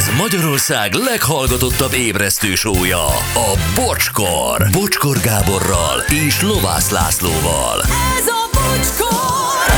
Ez Magyarország leghallgatottabb ébresztő show-ja, a Bocskor. Bocskor Gáborral és Lovász Lászlóval. Ez a Bocskor!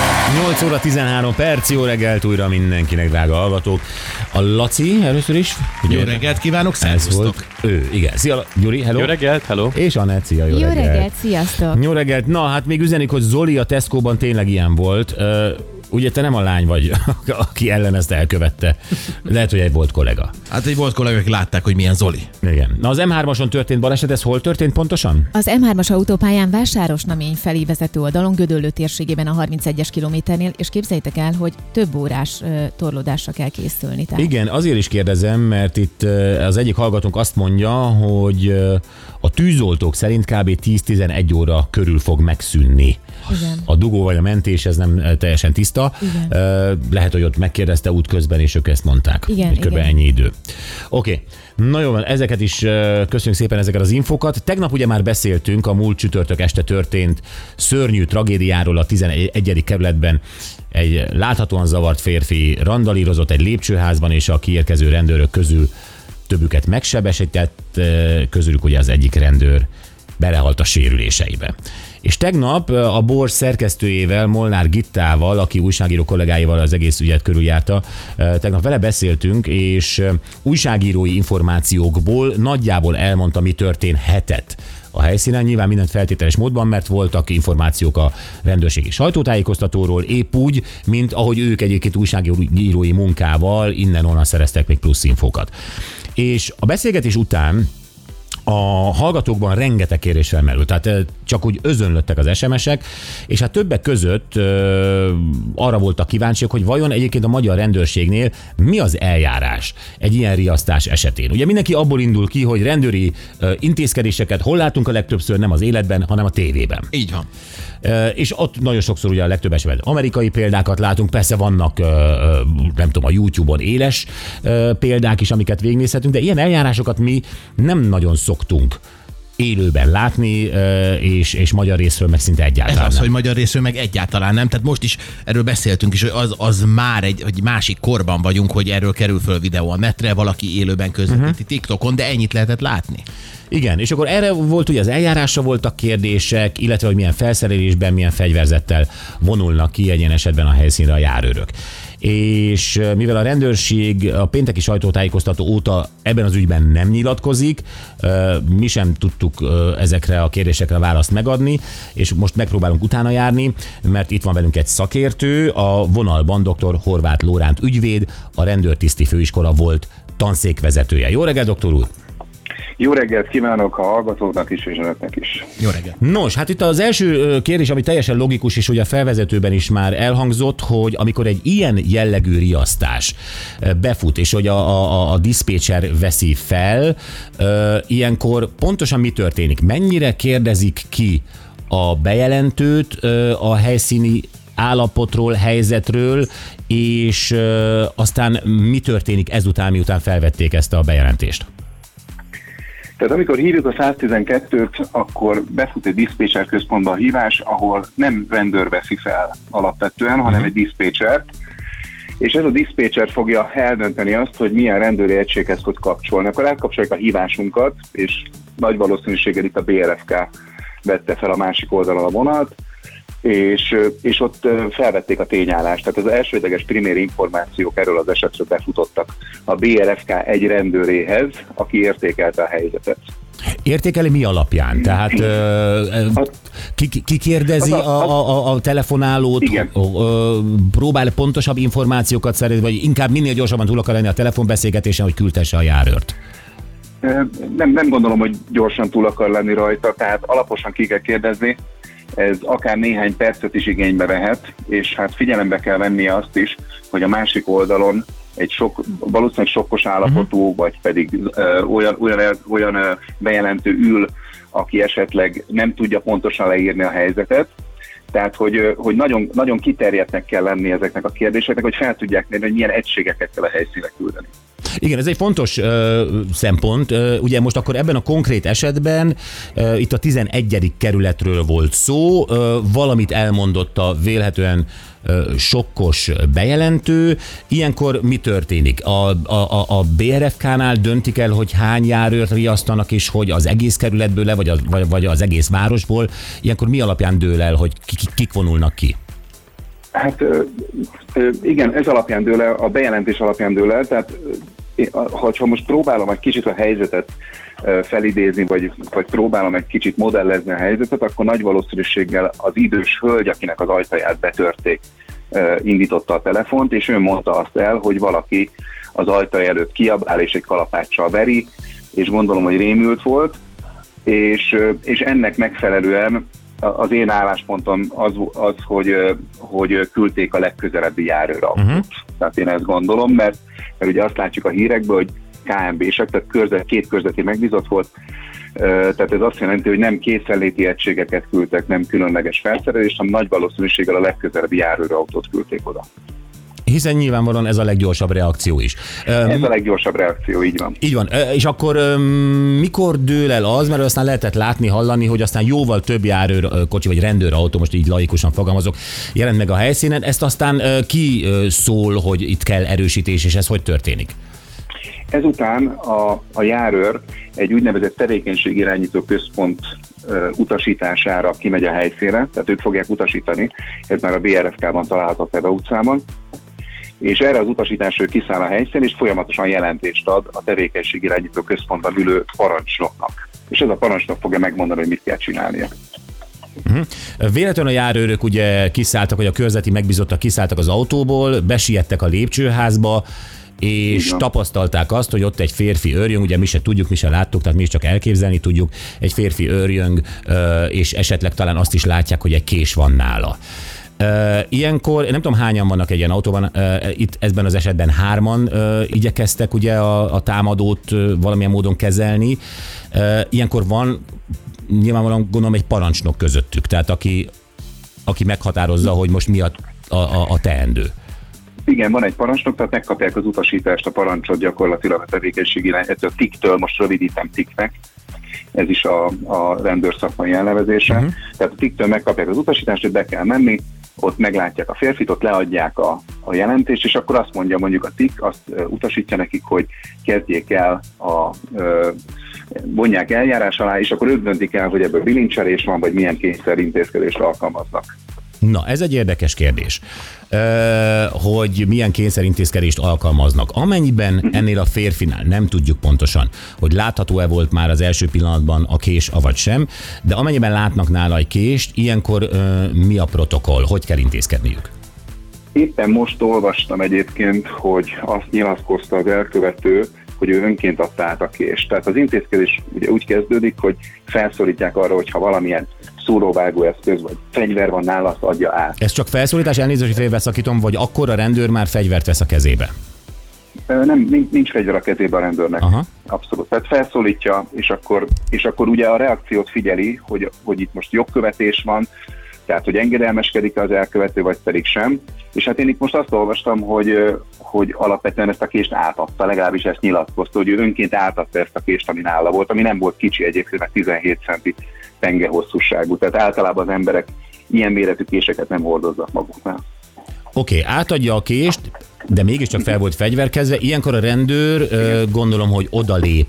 8 óra 13 perc, jó reggelt újra mindenkinek, drága hallgatók. A Laci először is. Jó reggelt kívánok, szervusztok. Ő, igen. Szia, Gyuri, hello. Jó reggelt, hello. És Anett, szia, jó reggelt. Jó reggelt, sziasztok. Jó reggelt. Na, hát még üzenik, hogy Zoli a Tesco-ban tényleg ilyen volt. Ugye te nem a lány vagy, aki ellen ezt elkövette. Lehet, hogy egy volt kollega. Hát egy volt kollega, akik látták, hogy milyen Zoli. Igen. Na, az M3-ason történt baleset, ez hol történt pontosan? Az M3-as autópályán Vásárosnamény felé vezető oldalon Gödöllő térségében a 31-es kilométernél, és képzeljétek el, hogy több órás torlódásra kell készülni. Tehát. Igen, azért is kérdezem, mert itt az egyik hallgatónk azt mondja, hogy a tűzoltók szerint kb. 10-11 óra körül fog megszűnni. Igen. A dugó vagy a mentés, ez nem teljesen tiszta. Lehet, hogy ott megkérdezte útközben, és ők ezt mondták. Igen, kb. Ennyi idő. Oké. Na jó, ezeket is köszönjük szépen, ezeket az infokat. Tegnap ugye már beszéltünk, a múlt csütörtök este történt szörnyű tragédiáról a 11. kerületben. Egy láthatóan zavart férfi randalírozott egy lépcsőházban, és a kiérkező rendőrök közül többüket megsebesített, közülük ugye az egyik rendőr belehalt a sérüléseibe. És tegnap a Bors szerkesztőjével, Molnár Gittával, aki újságíró kollégáival az egész ügyet körüljárta, tegnap vele beszéltünk, és újságírói információkból nagyjából elmondta, mi történhetett a helyszínen, nyilván mindent feltételes módban, mert voltak információk a rendőrségi sajtótájékoztatóról, épp úgy, mint ahogy ők egyébként újságírói munkával innen-onnan szereztek még plusz infókat. És a beszélgetés után a hallgatókban rengeteg kérés felmerült, tehát csak úgy özönlöttek az SMS-ek, és hát többek között arra voltak kíváncsiak, hogy vajon egyébként a magyar rendőrségnél mi az eljárás egy ilyen riasztás esetén. Ugye mindenki abból indul ki, hogy rendőri intézkedéseket hol látunk a legtöbbször, nem az életben, hanem a tévében. Így van. És ott nagyon sokszor ugye a legtöbb esetben amerikai példákat látunk, persze vannak, nem tudom, a YouTube-on éles példák is, amiket végignézhetünk, de ilyen eljárásokat mi nem nagyon szoktunk élőben látni, és magyar részről meg szinte egyáltalán Ez az, nem. hogy magyar részről meg egyáltalán nem. Tehát most is erről beszéltünk is, hogy az már egy másik korban vagyunk, hogy erről kerül föl videó a netre, valaki élőben közvetíti TikTokon, de ennyit lehetett látni. Igen, és akkor erre volt ugye az eljárásra voltak kérdések, illetve hogy milyen felszerelésben, milyen fegyverzettel vonulnak ki egy ilyen esetben a helyszínre a járőrök. És mivel a rendőrség a pénteki sajtótájékoztató óta ebben az ügyben nem nyilatkozik, mi sem tudtuk ezekre a kérdésekre választ megadni, és most megpróbálunk utána járni, mert itt van velünk egy szakértő, a vonalban dr. Horváth Lóránt ügyvéd, a rendőrtiszti főiskola volt tanszékvezetője. Jó reggelt, doktor úr! Jó reggelt kívánok a hallgatóknak is, és önöknek is. Jó reggelt. Nos, hát itt az első kérdés, ami teljesen logikus, és ugye a felvezetőben is már elhangzott, hogy amikor egy ilyen jellegű riasztás befut, és hogy a diszpécser veszi fel, ilyenkor pontosan mi történik? Mennyire kérdezik ki a bejelentőt a helyszíni állapotról, helyzetről, és aztán mi történik ezután, miután felvették ezt a bejelentést? Tehát amikor hívjuk a 112-t, akkor befut egy diszpécser központba a hívás, ahol nem rendőr veszi fel alapvetően, hanem egy diszpécsert, és ez a diszpécser fogja eldönteni azt, hogy milyen rendőri egységhez tud kapcsolni. Akkor átkapcsoljuk a hívásunkat, és nagy valószínűséggel itt a BRFK vette fel a másik oldalon a vonat, és ott felvették a tényállást. Tehát az elsődleges primér információk erről az esetről befutottak a BRFK egy rendőréhez, aki értékelte a helyzetet. Értékeli mi alapján? Tehát ki kérdezi a telefonálót, próbál pontosabb információkat szerezni, vagy inkább minél gyorsabban túl akar lenni a telefonbeszélgetésen, hogy küldtesse a járőrt? Nem gondolom, hogy gyorsan túl akar lenni rajta, tehát alaposan ki kell kérdezni. Ez akár néhány percet is igénybe vehet, és hát figyelembe kell vennie azt is, hogy a másik oldalon egy valószínűleg sokkos állapotú, vagy pedig olyan bejelentő ül, aki esetleg nem tudja pontosan leírni a helyzetet. Tehát, hogy nagyon, nagyon kiterjedtnek kell lenni ezeknek a kérdéseknek, hogy fel tudják mérni, hogy milyen egységeket kell a helyszínre küldeni. Igen, ez egy fontos szempont. Ugye most akkor ebben a konkrét esetben itt a 11. kerületről volt szó, valamit elmondott a vélhetően sokkos bejelentő. Ilyenkor mi történik? A BRFK-nál döntik el, hogy hány járőrt riasztanak, és hogy az egész kerületből vagy az egész városból. Ilyenkor mi alapján dől el, hogy kik vonulnak ki? Hát igen, ez alapján dől el, a bejelentés alapján dől el, tehát ha most próbálom egy kicsit a helyzetet felidézni, vagy próbálom egy kicsit modellezni a helyzetet, akkor nagy valószínűséggel az idős hölgy, akinek az ajtaját betörték, indította a telefont, és ő mondta azt el, hogy valaki az ajtaj előtt kiabál, és egy kalapáccsal veri, és gondolom, hogy rémült volt, és ennek megfelelően az én álláspontom az hogy küldték a legközelebbi járőrautót. Tehát én ezt gondolom, mert ugye azt látjuk a hírekből, hogy KMB-sek, tehát két körzeti megbízott volt, tehát ez azt jelenti, hogy nem készenléti egységeket küldtek, nem különleges felszerelést, hanem nagy valószínűséggel a legközelebbi járőrautót küldték oda. Hiszen nyilvánvalóan ez a leggyorsabb reakció is. Ez a leggyorsabb reakció, így van. Így van. És akkor mikor dől el az, mert aztán lehetett látni, hallani, hogy aztán jóval több járőrkocsi vagy rendőrautó, most így laikusan fogalmazok, jelent meg a helyszínen. Ezt aztán ki szól, hogy itt kell erősítés, és ez hogy történik? Ezután a járőr egy úgynevezett tevékenységirányító központ utasítására kimegy a helyszínre, tehát ők fogják utasítani, ez már a BRFK-ban található Febe utcában, és erre az utasításra kiszáll a helyszín, és folyamatosan jelentést ad a tevékenységirányító központban ülő parancsnoknak. És ez a parancsnok fogja megmondani, hogy mit kell csinálnia. Véletlenül a járőrök ugye kiszálltak, vagy a körzeti megbízottak kiszálltak az autóból, besiettek a lépcsőházba, és tapasztalták azt, hogy ott egy férfi őrjöng, ugye mi se tudjuk, mi se láttuk, tehát mi is csak elképzelni tudjuk, egy férfi őrjöng, és esetleg talán azt is látják, hogy egy kés van nála. Ilyenkor, nem tudom hányan vannak egy ilyen autóban, itt ebben az esetben 3-an igyekeztek ugye a támadót valamilyen módon kezelni. Ilyenkor van nyilvánvalóan gondolom egy parancsnok közöttük, tehát aki meghatározza, hogy most mi a teendő. Igen, van egy parancsnok, tehát megkapják az utasítást, a parancsot gyakorlatilag a tevékenységirányító, a TIK-től, most rövidítem TIK-nek, ez is a rendőrszakmai elnevezése. Tehát a TIK-től megkapják az utasítást, hogy be kell menni, ott meglátják a férfit, ott leadják a jelentést, és akkor azt mondja mondjuk a TIK, azt utasítja nekik, hogy kezdjék el vonják eljárás alá, és akkor ők döntik el, hogy ebből bilincselés van, vagy milyen kényszerintézkedést alkalmaznak. Na, ez egy érdekes kérdés, hogy milyen kényszerintézkedést alkalmaznak. Amennyiben ennél a férfinál nem tudjuk pontosan, hogy látható-e volt már az első pillanatban a kés, avagy sem, de amennyiben látnak nála egy kést, ilyenkor mi a protokoll, hogy kell intézkedniük? Éppen most olvastam egyébként, hogy azt nyilatkozta az elkövető, hogy ő önként adta át a kést. Tehát az intézkedés ugye úgy kezdődik, hogy felszólítják arra, hogy ha valamilyen szúróvágó eszköz vagy fegyver van nála, azt adja át. Ez csak felszólítás, elnézést, hogy félbeszakítom, vagy akkor a rendőr már fegyvert vesz a kezébe? Nem, nincs fegyver a kezébe a rendőrnek. Aha. Abszolút. Tehát felszólítja, és akkor ugye a reakciót figyeli, hogy itt most jogkövetés van, tehát hogy engedelmeskedik az elkövető, vagy pedig sem. És hát én itt most azt olvastam, hogy alapvetően ezt a kést átadta, legalábbis ezt nyilatkozta, hogy ő önként átadta ezt a kést, ami nála volt, ami nem volt kicsi egyébként, mert 17 centi penge hosszúságú. Tehát általában az emberek ilyen méretű késeket nem hordoznak maguknál. Oké, átadja a kést, de mégiscsak fel volt fegyverkezve. Ilyenkor a rendőr gondolom, hogy odalép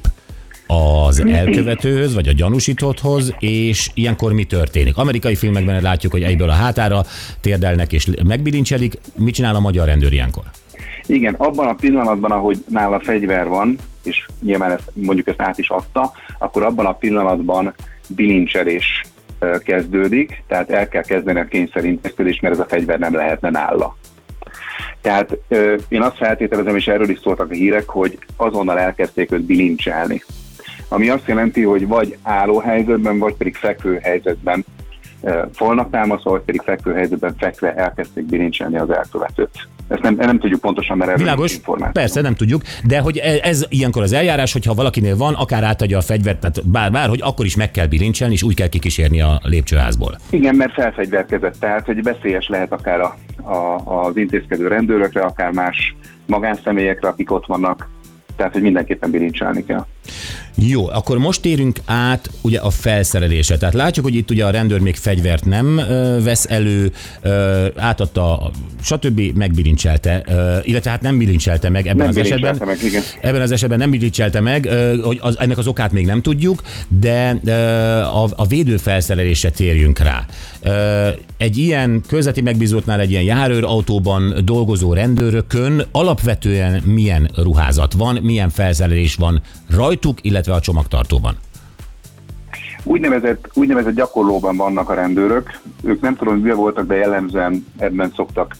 az elkövetőhöz, vagy a gyanúsítotthoz, és ilyenkor mi történik? Amerikai filmekben látjuk, hogy egyből a hátára térdelnek és megbilincselik. Mit csinál a magyar rendőr ilyenkor? Igen, abban a pillanatban, ahogy nála fegyver van, és nyilván mondjuk ezt át is adta, akkor abban a pillanatban bilincselés kezdődik, tehát el kell kezdeni a kényszerintézkedést, mert ez a fegyver nem lehetne nála. Tehát én azt feltételezem, és erről is szóltak a hírek, hogy azonnal elkezdték őt bilincselni. Ami azt jelenti, hogy vagy álló helyzetben, vagy pedig fekvő helyzetben fognak támaszva, vagy pedig fekvő helyzetben fekve elkezdték bilincselni az elkövetőt. Ezt nem tudjuk pontosan, mert erről világos, információ. Persze, nem tudjuk, de hogy ez ilyenkor az eljárás, hogyha valakinél van, akár átadja a fegyvert, tehát bár hogy akkor is meg kell bilincselni, és úgy kell kikísérni a lépcsőházból. Igen, mert felfegyverkezett, tehát hogy veszélyes lehet akár az intézkedő rendőrökre, akár más magánszemélyekre, akik ott vannak, Tehát, hogy mindenképpen bilincselni kell. Jó, akkor most térünk át ugye a felszerelésre. Tehát látjuk, hogy itt ugye a rendőr még fegyvert nem vesz elő, átadta, stb. Megbilincselte, illetve hát nem bilincselte meg ebben az esetben. Ebben az esetben nem bilincselte meg, hogy ennek az okát még nem tudjuk, de a védőfelszerelésre térjünk rá. Egy ilyen közveti megbízottnál, egy ilyen járőrautóban dolgozó rendőrökön alapvetően milyen ruházat van, milyen felszerelés van rajtuk, illetve a csomagtartóban? Úgynevezett gyakorlóban vannak a rendőrök. Ők nem tudom, hogy voltak, de jellemzően ebben szoktak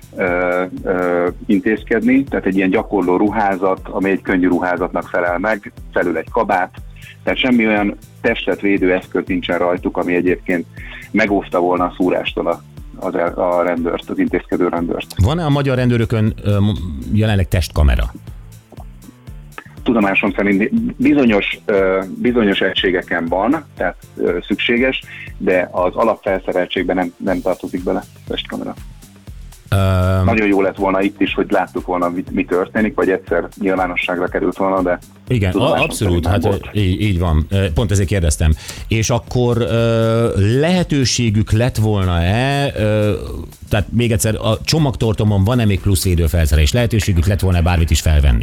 intézkedni. Tehát egy ilyen gyakorló ruházat, ami egy könnyű ruházatnak felel meg, felül egy kabát. Tehát semmi olyan testet védő eszköz nincsen rajtuk, ami egyébként megóvta volna a szúrástól a rendőrt, az intézkedő rendőrt. Van-e a magyar rendőrökön jelenleg testkamera? Tudomásom szerint bizonyos egységeken van, tehát szükséges, de az alapfelszereltségben nem tartozik bele testkamera. Nagyon jó lett volna itt is, hogy láttuk volna, mi történik, vagy egyszer nyilvánosságra került volna, de... Igen, abszolút, hát így van. Pont ezért kérdeztem. És akkor lehetőségük lett volna-e, tehát még egyszer, a csomagtartóban van-e még plusz védőfelszerelés? Lehetőségük lett volna bármit is felvenni?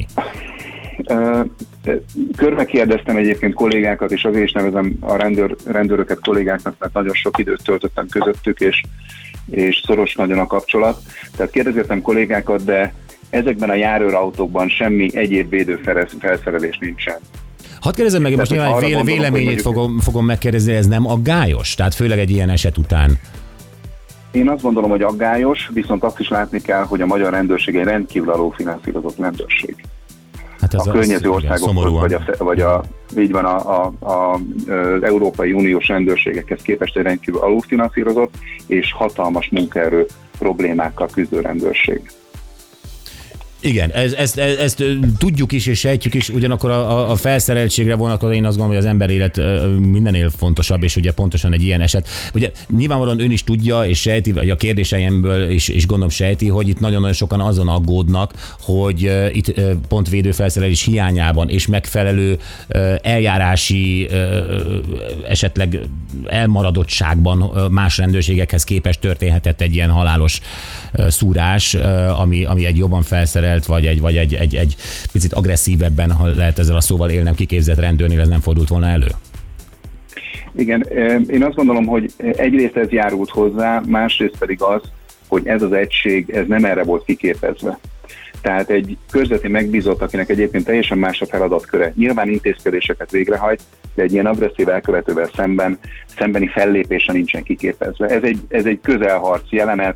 Körbe kérdeztem egyébként kollégákat, és azért is nevezem a rendőröket kollégáknak, mert nagyon sok időt töltöttem közöttük, és szoros nagyon a kapcsolat. Tehát kérdeztem kollégákat, de ezekben a járőrautókban semmi egyéb védőfelszerelés nincsen. Hadd kérdezzem meg, most nyilván véleményét fogom megkérdezni, ez nem aggályos? Tehát főleg egy ilyen eset után. Én azt gondolom, hogy aggályos, viszont azt is látni kell, hogy a magyar rendőrség egy rendkívül alulfinanszírozott rendőrség. Hát a környező országokhoz, így van az Európai Uniós rendőrségekhez képest egy rendkívül alulfinanszírozott és hatalmas munkaerő problémákkal küzdő rendőrség. Igen, ezt tudjuk is és sejtjük is, ugyanakkor a felszereltségre vonatkozóan én azt gondolom, hogy az ember élet mindennél fontosabb, és ugye pontosan egy ilyen eset. Ugye nyilvánvalóan ön is tudja, és sejti, vagy a kérdéseimből is gondolom sejti, hogy itt nagyon-nagyon sokan azon aggódnak, hogy itt pont védőfelszerelés hiányában és megfelelő eljárási esetleg elmaradottságban más rendőrségekhez képest történhetett egy ilyen halálos szúrás, ami egy jobban felszerelt, vagy egy picit agresszívebben, ha lehet ezzel a szóval élnem, kiképzett rendőrnél ez nem fordult volna elő? Igen, én azt gondolom, hogy egyrészt ez járult hozzá, másrészt pedig az, hogy ez az egység, ez nem erre volt kiképezve. Tehát egy közveti megbízott, akinek egyébként teljesen más a feladatköre, nyilván intézkedéseket végrehajt, de egy ilyen agresszív elkövetővel szembeni fellépése nincsen kiképezve. Ez egy közelharc jelenet,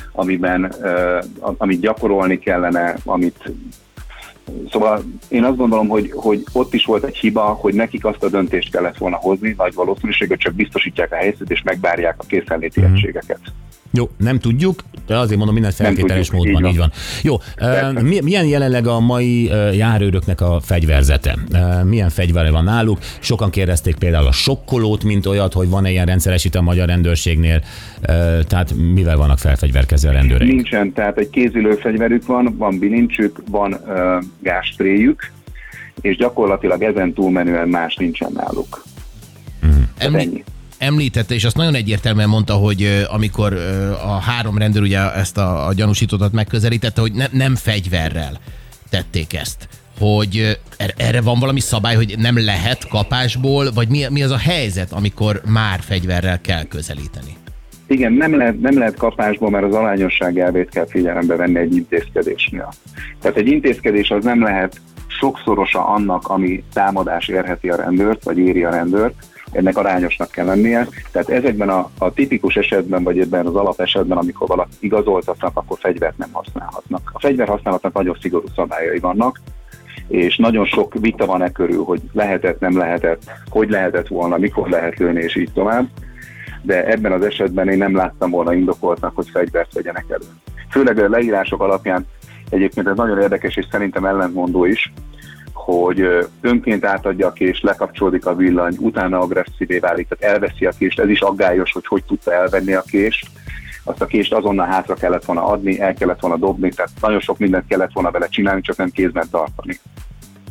amit gyakorolni kellene, Szóval én azt gondolom, hogy ott is volt egy hiba, hogy nekik azt a döntést kellett volna hozni, nagy valószínűséggel csak biztosítják a helyzetet és megvárják a készenléti egységeket. Jó, nem tudjuk, de azért mondom, minden feltételes módban így van. Jó, milyen jelenleg a mai járőröknek a fegyverzete? Milyen fegyvere van náluk? Sokan kérdezték például a sokkolót, mint olyat, hogy van-e ilyen rendszeres itt a magyar rendőrségnél, tehát mivel vannak felfegyverkezve a rendőreik? Nincsen, tehát egy kézülő fegyverük van bilincsük, van gázspréjük, és gyakorlatilag ezen túlmenően más nincsen náluk. Ennyi. Említette, és azt nagyon egyértelműen mondta, hogy amikor a három rendőr ugye ezt a gyanúsítottat megközelítette, hogy nem fegyverrel tették ezt. Hogy erre van valami szabály, hogy nem lehet kapásból, vagy mi az a helyzet, amikor már fegyverrel kell közelíteni? Igen, nem lehet kapásból, mert az arányosság elvét kell figyelembe venni egy intézkedésnél. Tehát egy intézkedés az nem lehet sokszorosa annak, ami támadás érheti a rendőrt, vagy éri a rendőrt, ennek arányosnak kell lennie. Tehát ezekben a tipikus esetben, vagy ebben az alapesetben, amikor valaki igazoltatnak, akkor fegyvert nem használhatnak. A fegyverhasználatnak nagyon szigorú szabályai vannak, és nagyon sok vita van e körül, hogy lehetett, nem lehetett, hogy lehetett volna, mikor lehet lőni, és így tovább. De ebben az esetben én nem láttam volna indokoltnak, hogy fegyvert vegyenek elő. Főleg a leírások alapján egyébként ez nagyon érdekes, és szerintem ellentmondó is, hogy önként átadja a kést, lekapcsolódik a villany, utána agresszívé válik, tehát elveszi a kést, ez is aggályos, hogy tudta elvenni a kést. Azt a kést azonnal hátra kellett volna adni, el kellett volna dobni, tehát nagyon sok mindent kellett volna vele csinálni, csak nem kézben tartani.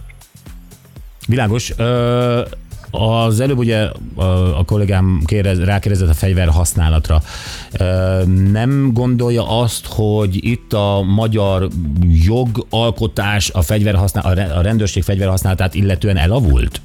Világos. Az előbb ugye a kollégám rákérdezett a fegyver használatra. Nem gondolja azt, hogy itt a magyar jogalkotás a rendőrség fegyverhasználatát illetően elavult?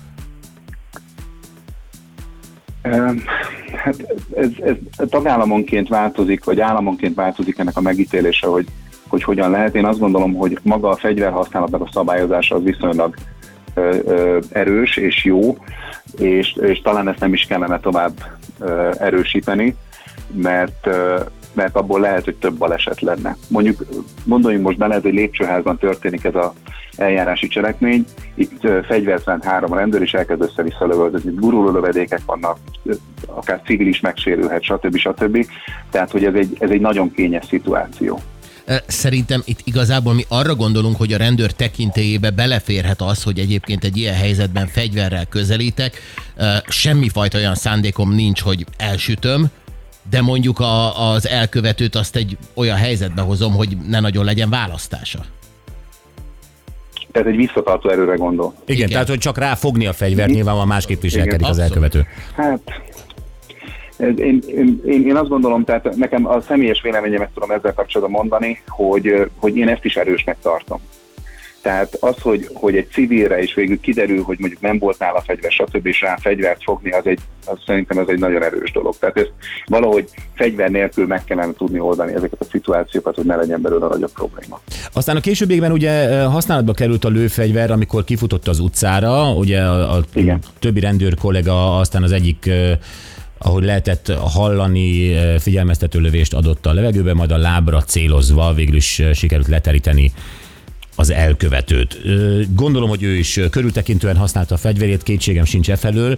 Hát ez tagállamonként változik, vagy államonként változik ennek a megítélése, hogy hogyan lehet. Én azt gondolom, hogy maga a fegyverhasználatnak a szabályozása az viszonylag erős és jó, és talán ezt nem is kellene tovább erősíteni, mert abból lehet, hogy több baleset lenne. Mondjuk gondoljunk most bele, ez egy lépcsőházban történik ez az eljárási cselekmény, itt fegyvert rend 3 rendőr, és elkezd össze-vissza lövöldözni, guruló lövedékek vannak, akár civil is megsérülhet, stb. Tehát, hogy ez egy nagyon kényes szituáció. Szerintem itt igazából mi arra gondolunk, hogy a rendőr tekintélyébe beleférhet az, hogy egyébként egy ilyen helyzetben fegyverrel közelítek, semmifajta olyan szándékom nincs, hogy elsütöm, de mondjuk az elkövetőt azt egy olyan helyzetbe hozom, hogy ne nagyon legyen választása. Tehát egy visszatartó erőre gondol. Igen, tehát hogy csak ráfogni a fegyvert, nyilván másképp viselkedik az elkövető. Hát én azt gondolom, tehát nekem a személyes véleményemet tudom ezzel kapcsolatban mondani, hogy én ezt is erősnek tartom. Tehát az, hogy egy civilre is végül kiderül, hogy mondjuk nem volt nála fegyver, stb. És rá fegyvert fogni, szerintem ez egy nagyon erős dolog. Tehát ezt valahogy fegyver nélkül meg kellene tudni oldani ezeket a szituációkat, hogy ne legyen belőle nagyobb probléma. Aztán a későbbiekben ugye használatba került a lőfegyver, amikor kifutott az utcára, ugye a többi rendőr kollega aztán az egyik ahogy lehetett hallani, figyelmeztető lövést adott a levegőbe, majd a lábra célozva végül is sikerült leteríteni az elkövetőt. Gondolom, hogy ő is körültekintően használta a fegyverét, kétségem sincs e felől.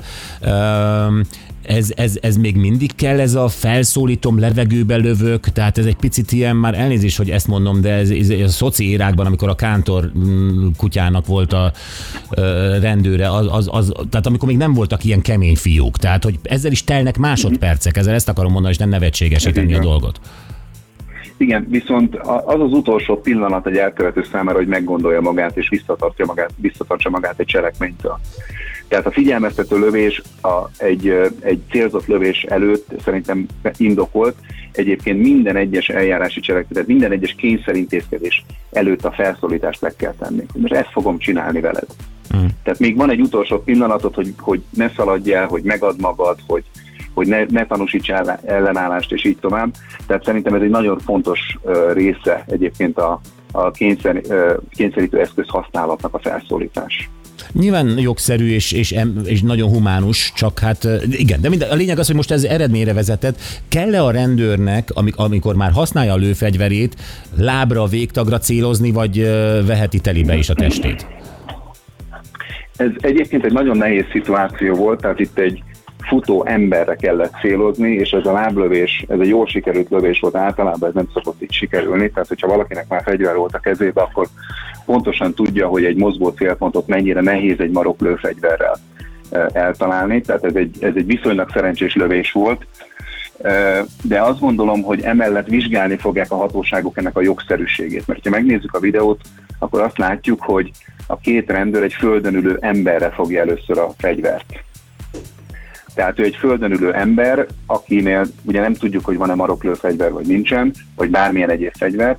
Ez még mindig kell, ez a felszólítom, levegőbe lövök, tehát ez egy picit ilyen, már elnézést, hogy ezt mondom, de ez a szoci érákban, amikor a kántor kutyának volt a rendőre, tehát amikor még nem voltak ilyen kemény fiúk, tehát hogy ezzel is telnek másodpercek, ezzel ezt akarom mondani, és nem nevetségesíteni a dolgot. Igen, viszont az utolsó pillanat egy elkövető számára, hogy meggondolja magát és visszatartsa magát egy cselekménytől. Tehát a figyelmeztető lövés egy célzott lövés előtt szerintem indokolt. Egyébként minden egyes eljárási cselekmény, tehát minden egyes kényszerintézkedés előtt a felszólítást meg kell tenni. Most ezt fogom csinálni veled. Tehát még van egy utolsó pillanatod, hogy ne szaladj el, hogy megad magad, hogy ne tanúsíts ellenállást, és így tovább. Tehát szerintem ez egy nagyon fontos része egyébként a kényszerítő eszköz használatnak a felszólítás. Nyilván jogszerű és nagyon humánus, csak hát igen, de a lényeg az, hogy most ez eredményre vezetett. Kell-e a rendőrnek, amikor már használja a lőfegyverét, lábra, végtagra célozni, vagy veheti telibe is a testét? Ez egyébként egy nagyon nehéz szituáció volt, tehát itt egy futó emberre kellett célozni, és ez a láblövés, ez egy jól sikerült lövés volt, általában ez nem szokott így sikerülni, tehát hogyha valakinek már fegyver volt a kezébe, akkor pontosan tudja, hogy egy mozgó célpontot mennyire nehéz egy marok lőfegyverrel eltalálni, tehát ez egy viszonylag szerencsés lövés volt, de azt gondolom, hogy emellett vizsgálni fogják a hatóságok ennek a jogszerűségét, mert ha megnézzük a videót, akkor azt látjuk, hogy a két rendőr egy földön ülő emberre fogja először a fegyvert. Tehát ő egy földön ülő ember, akinél ugye nem tudjuk, hogy van-e maroklőfegyver, vagy nincsen, vagy bármilyen egyéb fegyver,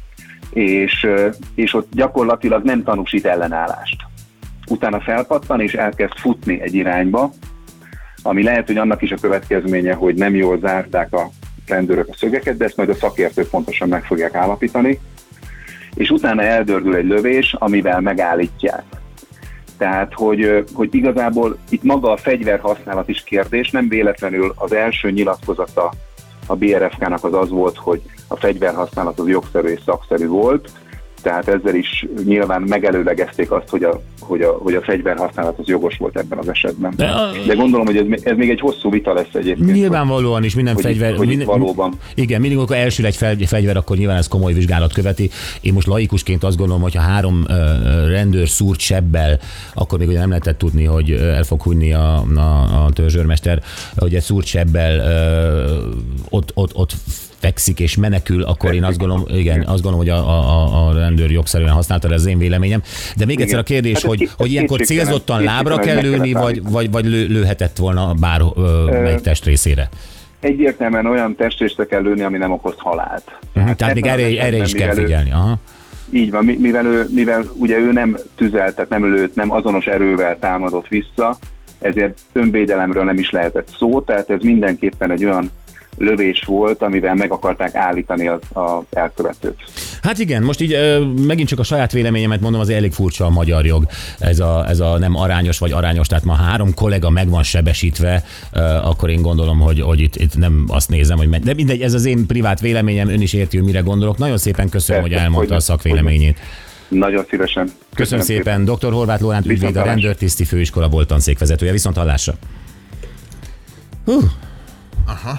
és ott gyakorlatilag nem tanúsít ellenállást. Utána felpattan, és elkezd futni egy irányba, ami lehet, hogy annak is a következménye, hogy nem jól zárták a rendőrök a szögeket, de ezt majd a szakértők pontosan meg fogják állapítani, és utána eldördül egy lövés, amivel megállítják. Tehát, hogy igazából itt maga a fegyverhasználat is kérdés, nem véletlenül az első nyilatkozata a BRFK-nak az volt, hogy a fegyverhasználat az jogszerű és szakszerű volt, tehát ezzel is nyilván megelőlegezték azt, hogy a fegyverhasználat az jogos volt ebben az esetben. De gondolom, hogy ez még egy hosszú vita lesz egyébként. Nyilvánvalóan is minden fegyver... valóban. Igen, mindig, amikor elsül egy fegyver, akkor nyilván ez komoly vizsgálat követi. Én most laikusként azt gondolom, hogy ha 3 rendőr szúrt sebbel, akkor még ugye nem lehetett tudni, hogy el fog hunyni a törzsőrmester, hogy egy szúrt sebbel ott fekszik és menekül, akkor én azt gondolom, igen, azt gondolom, hogy a rendőr jogszerűen használta, ez az én véleményem. De még egyszer a kérdés, hogy ilyenkor célzottan lábra kell lőni, vagy lőhetett volna bármelyik testrészére? Egyértelműen olyan testrészre kell lőni, ami nem okoz halált. Tehát még erre is kell figyelni. Aha. Így van, mivel ugye ő nem tüzelt, tehát nem lőtt, nem azonos erővel támadott vissza, ezért önvédelemről nem is lehetett szó, tehát ez mindenképpen egy olyan lövés volt, amivel meg akarták állítani az elkövetőt. Hát igen, most így megint csak a saját véleményemet mondom, az elég furcsa a magyar jog. Ez a nem arányos vagy arányos, tehát ma 3 kollega meg van sebesítve, akkor én gondolom, hogy itt nem azt nézem, hogy de mindegy, ez az én privát véleményem, ön is érti, hogy mire gondolok. Nagyon szépen köszönöm, hogy elmondta a szakvéleményét. Nagyon szívesen. Köszönöm szépen. Dr. Horváth Lóránt ügyvéd, a rendőrtiszti főiskola volt tanszékvezetője. Viszont hallásra. Aha.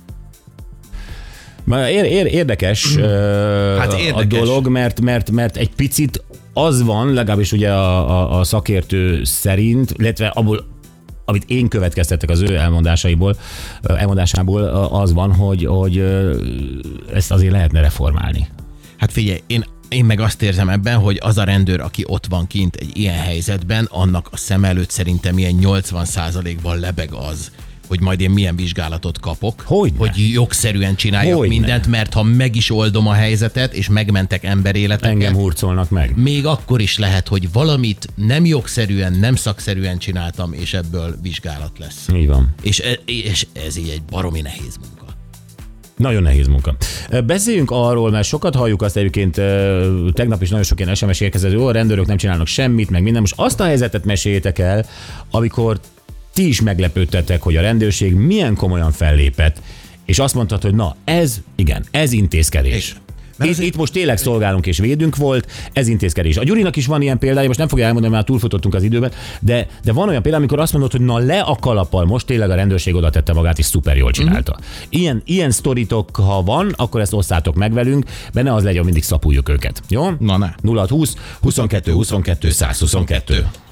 Érdekes, Hát a dolog, mert egy picit az van, legalábbis ugye a szakértő szerint, illetve abból, amit én következtettek az ő elmondásából, az van, hogy ezt azért lehetne reformálni. Hát figyelj, én meg azt érzem ebben, hogy az a rendőr, aki ott van kint egy ilyen helyzetben, annak a szem előtt szerintem ilyen 80%-ban lebeg az, hogy majd én milyen vizsgálatot kapok, hogy jogszerűen csináljak mindent, mert ha meg is oldom a helyzetet, és megmentek emberéleteket. Engem hurcolnak meg. Még akkor is lehet, hogy valamit nem jogszerűen, nem szakszerűen csináltam, és ebből vizsgálat lesz. Így van. És ez így egy baromi nehéz munka. Nagyon nehéz munka. Beszéljünk arról, mert sokat halljuk azt egyébként, tegnap is nagyon sok ilyen SMS érkezett, hogy a rendőrök nem csinálnak semmit, meg minden. Most azt a helyzetet meséljétek el, amikor ti is meglepődtetek, hogy a rendőrség milyen komolyan fellépett, és azt mondtad, hogy na, ez intézkedés. Itt most tényleg szolgálunk és védünk volt, ez intézkedés. A Gyurinak is van ilyen példája, most nem fogja elmondani, mert már túlfutottunk az időben, de van olyan példa, amikor azt mondod, hogy na le a kalappal, most tényleg a rendőrség oda tette magát, és szuper jól csinálta. Ilyen sztoritok, ha van, akkor ezt osszátok meg velünk, de ne az legyen, mindig szapuljuk őket. Jó? Na ne. 0620 22 22 122.